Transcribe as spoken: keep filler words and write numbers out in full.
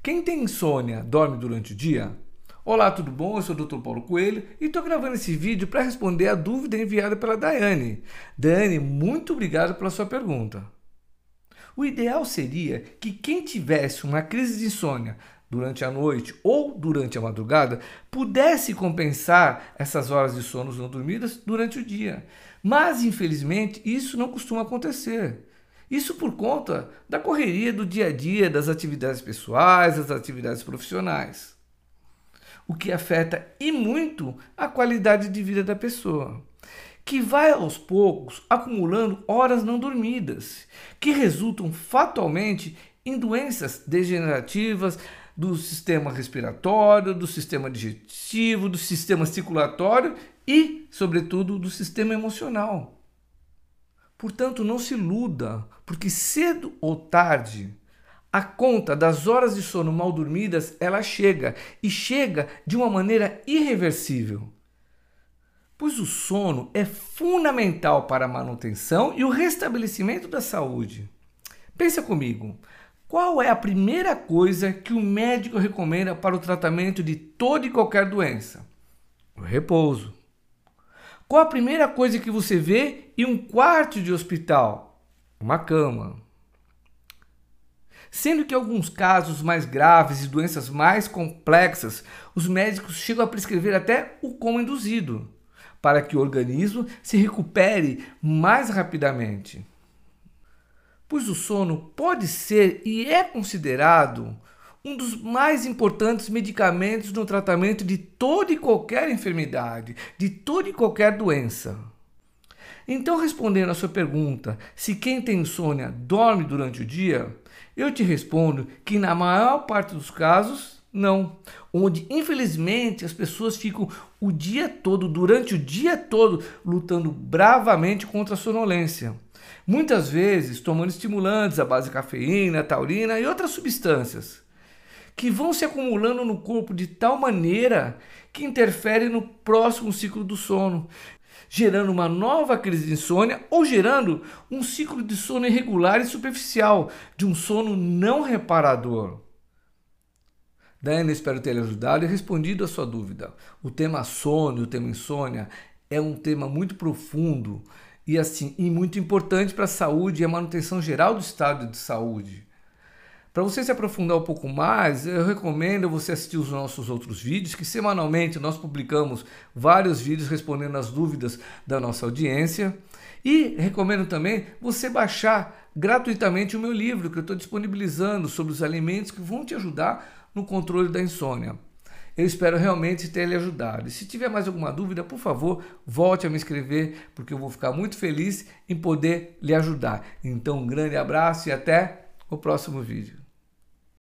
Quem tem insônia dorme durante o dia? Olá, tudo bom? Eu sou o doutor Paulo Coelho e estou gravando esse vídeo para responder a dúvida enviada pela Daiane. Daiane, muito obrigado pela sua pergunta. O ideal seria que quem tivesse uma crise de insônia durante a noite ou durante a madrugada pudesse compensar essas horas de sono não dormidas durante o dia. Mas, infelizmente, isso não costuma acontecer. Isso por conta da correria do dia a dia, das atividades pessoais, das atividades profissionais. O que afeta e muito a qualidade de vida da pessoa, que vai aos poucos acumulando horas não dormidas, que resultam fatalmente em doenças degenerativas do sistema respiratório, do sistema digestivo, do sistema circulatório e, sobretudo, do sistema emocional. Portanto, não se iluda, porque cedo ou tarde a conta das horas de sono mal dormidas ela chega e chega de uma maneira irreversível. Pois o sono é fundamental para a manutenção e o restabelecimento da saúde. Pensa comigo, qual é a primeira coisa que o médico recomenda para o tratamento de toda e qualquer doença? O repouso. Qual a primeira coisa que você vê em um quarto de hospital? Uma cama. Sendo que em alguns casos mais graves e doenças mais complexas, os médicos chegam a prescrever até o coma induzido, para que o organismo se recupere mais rapidamente. Pois o sono pode ser e é considerado um dos mais importantes medicamentos no tratamento de toda e qualquer enfermidade, de toda e qualquer doença. Então, respondendo à sua pergunta, se quem tem insônia dorme durante o dia, eu te respondo que na maior parte dos casos, não. Onde, infelizmente, as pessoas ficam o dia todo, durante o dia todo, lutando bravamente contra a sonolência. Muitas vezes tomando estimulantes à base de cafeína, taurina e outras substâncias, que vão se acumulando no corpo de tal maneira que interfere no próximo ciclo do sono, gerando uma nova crise de insônia ou gerando um ciclo de sono irregular e superficial, de um sono não reparador. Daiane, espero ter lhe ajudado e respondido a sua dúvida. O tema sono e o tema insônia é um tema muito profundo e, assim, e muito importante para a saúde e a manutenção geral do estado de saúde. Para você se aprofundar um pouco mais, eu recomendo você assistir os nossos outros vídeos, que semanalmente nós publicamos vários vídeos respondendo as dúvidas da nossa audiência. E recomendo também você baixar gratuitamente o meu livro, que eu estou disponibilizando sobre os alimentos que vão te ajudar no controle da insônia. Eu espero realmente ter lhe ajudado. E se tiver mais alguma dúvida, por favor, volte a me escrever, porque eu vou ficar muito feliz em poder lhe ajudar. Então, um grande abraço e até o próximo vídeo.